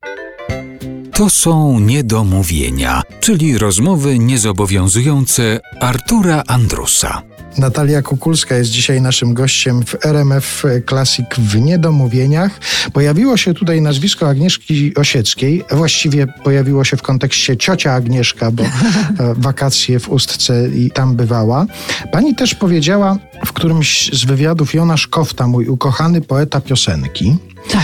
To są niedomówienia, czyli rozmowy niezobowiązujące Artura Andrusa. Natalia Kukulska jest dzisiaj naszym gościem w RMF Classic w Niedomówieniach. Pojawiło się tutaj nazwisko Agnieszki Osieckiej. Właściwie pojawiło się w kontekście ciocia Agnieszka, bo wakacje w Ustce i tam bywała. Pani też powiedziała w którymś z wywiadów: Jonasz Kofta, mój ukochany poeta piosenki. Tak.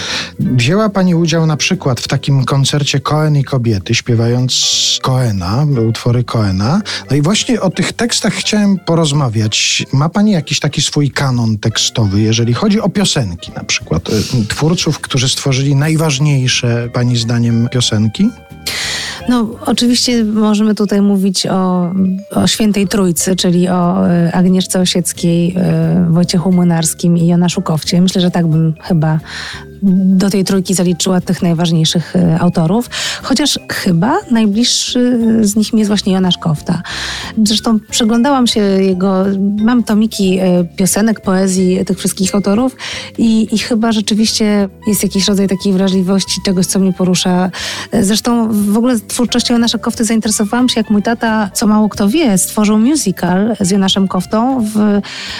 Wzięła pani udział na przykład w takim koncercie Cohen i kobiety, śpiewając Cohena, utwory Cohena. No i właśnie o tych tekstach chciałem porozmawiać. Ma pani jakiś taki swój kanon tekstowy, jeżeli chodzi o piosenki na przykład? Twórców, którzy stworzyli najważniejsze pani zdaniem piosenki? No, oczywiście możemy tutaj mówić o Świętej Trójcy, czyli o Agnieszce Osieckiej, Wojciechu Młynarskim i Jonaszu Kofcie. Myślę, że tak bym chyba do tej trójki zaliczyła tych najważniejszych autorów, chociaż chyba najbliższy z nich mi jest właśnie Jonasz Kofta. Zresztą przyglądałam się mam tomiki piosenek, poezji tych wszystkich autorów i chyba rzeczywiście jest jakiś rodzaj takiej wrażliwości, czegoś, co mnie porusza. Zresztą w ogóle twórczością Jonasza Kofty zainteresowałam się, jak mój tata, co mało kto wie, stworzył musical z Jonaszem Koftą w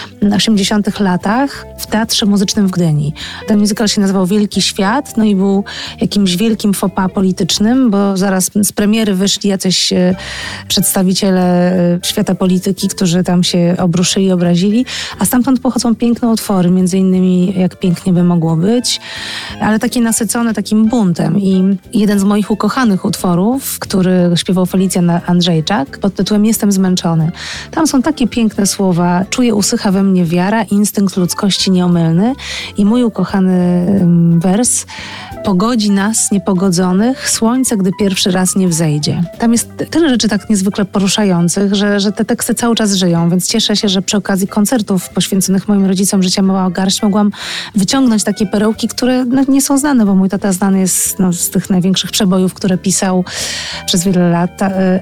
80-tych latach w Teatrze Muzycznym w Gdyni. Ten musical się nazywał Wielki Świat, no i był jakimś wielkim faux pas politycznym, bo zaraz z premiery wyszli jacyś przedstawiciele świata polityki, którzy tam się obruszyli, obrazili, a stamtąd pochodzą piękne utwory, między innymi Jak pięknie by mogło być, ale takie nasycone takim buntem. I jeden z moich ukochanych utworów, który śpiewał Felicjan Andrzejczak, pod tytułem Jestem zmęczony. Tam są takie piękne słowa: czuję, usycha we mnie wiara, instynkt ludzkości nieomylny. I mój ukochany wers: pogodzi nas niepogodzonych słońce, gdy pierwszy raz nie wzejdzie. Tam jest tyle rzeczy tak niezwykle poruszających, że te teksty cały czas żyją, więc cieszę się, że przy okazji koncertów poświęconych moim rodzicom Życia mała garść mogłam wyciągnąć takie perełki, które nie są znane, bo mój tata znany jest z tych największych przebojów, które pisał przez wiele lat,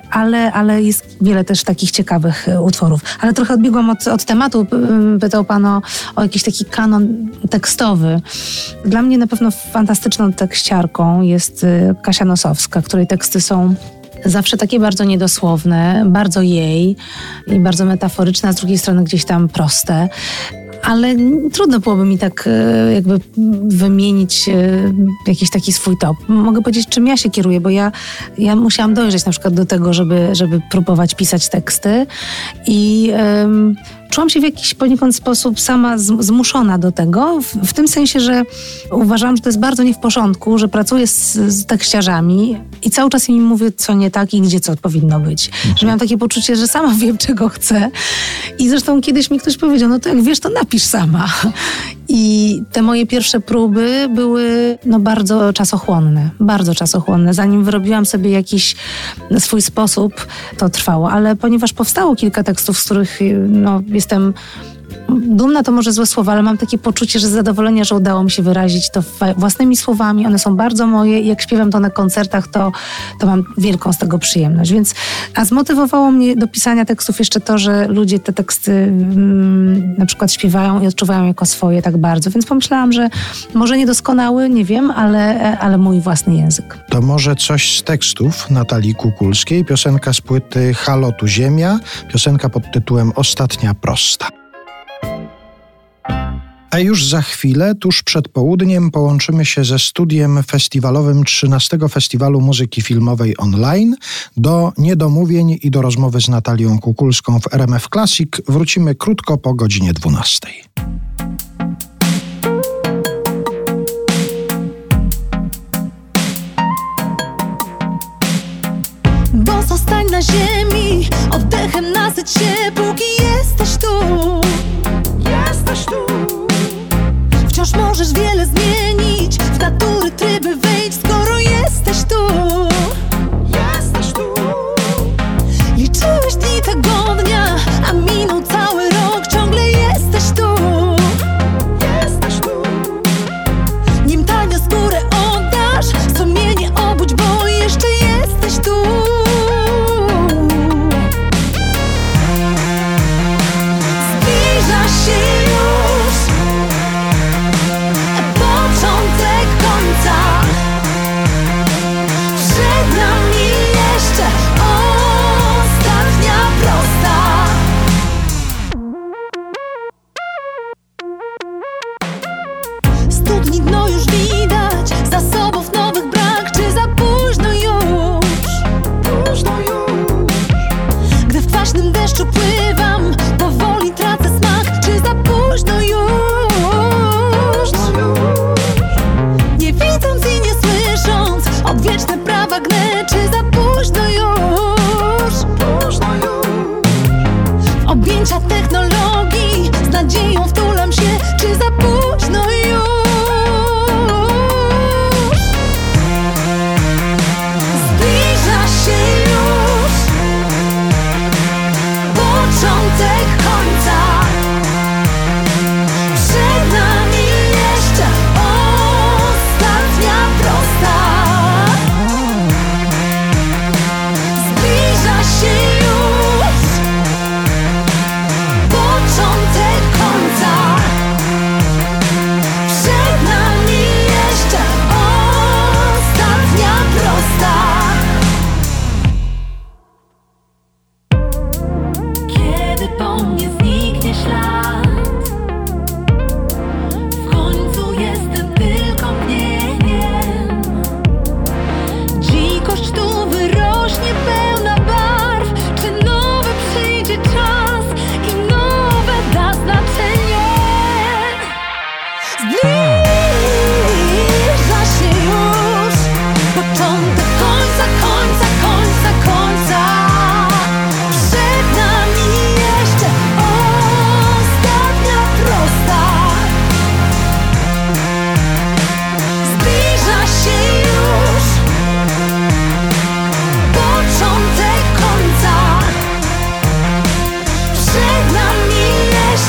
ale jest wiele też takich ciekawych utworów. Ale trochę odbiegłam od tematu. Pytał pan o jakiś taki kanon tekstowy. Dla mnie na pewno fantastyczną tekściarką jest Kasia Nosowska, której teksty są zawsze takie bardzo niedosłowne, bardzo jej i bardzo metaforyczne, a z drugiej strony gdzieś tam proste. Ale trudno byłoby mi tak jakby wymienić jakiś taki swój top. Mogę powiedzieć, czym ja się kieruję, bo ja musiałam dojrzeć na przykład do tego, żeby próbować pisać teksty i czułam się w jakiś poniekąd sposób sama zmuszona do tego, w tym sensie, że uważałam, że to jest bardzo nie w porządku, że pracuję z tekściarzami i cały czas im mówię, co nie tak i gdzie co powinno być. Że miałam takie poczucie, że sama wiem, czego chcę. I zresztą kiedyś mi ktoś powiedział: no to jak wiesz, to napisz sama. I te moje pierwsze próby były bardzo czasochłonne. Bardzo czasochłonne. Zanim wyrobiłam sobie jakiś swój sposób, to trwało. Ale ponieważ powstało kilka tekstów, z których jestem dumna, to może złe słowa, ale mam takie poczucie, że zadowolenia, że udało mi się wyrazić to własnymi słowami. One są bardzo moje i jak śpiewam to na koncertach, to mam wielką z tego przyjemność. A zmotywowało mnie do pisania tekstów jeszcze to, że ludzie te teksty na przykład śpiewają i odczuwają jako swoje tak bardzo. Więc pomyślałam, że może niedoskonały, nie wiem, ale mój własny język. To może coś z tekstów Natalii Kukulskiej. Piosenka z płyty Halo tu Ziemia. Piosenka pod tytułem Ostatnia prosta. A już za chwilę, tuż przed południem, połączymy się ze studiem festiwalowym 13. Festiwalu Muzyki Filmowej Online. Do niedomówień i do rozmowy z Natalią Kukulską w RMF Classic wrócimy krótko po godzinie 12. Bo zostań na ziemi, oddechem nasyć się, póki jesteś tu. Jesteś tu. Wciąż możesz wiele zmienić, w natury tryby wejdź, skoro jesteś tu. Jesteś tu. Liczyłeś dni tego dnia, a minął cały rok, ciągle jesteś tu. Jesteś tu. Nim tanio skórę oddasz, sumienie obudź, bo jeszcze jesteś tu.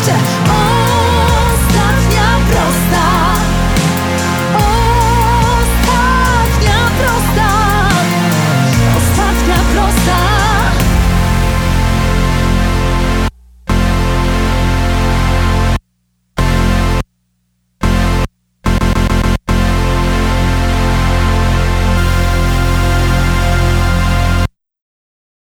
szczęście.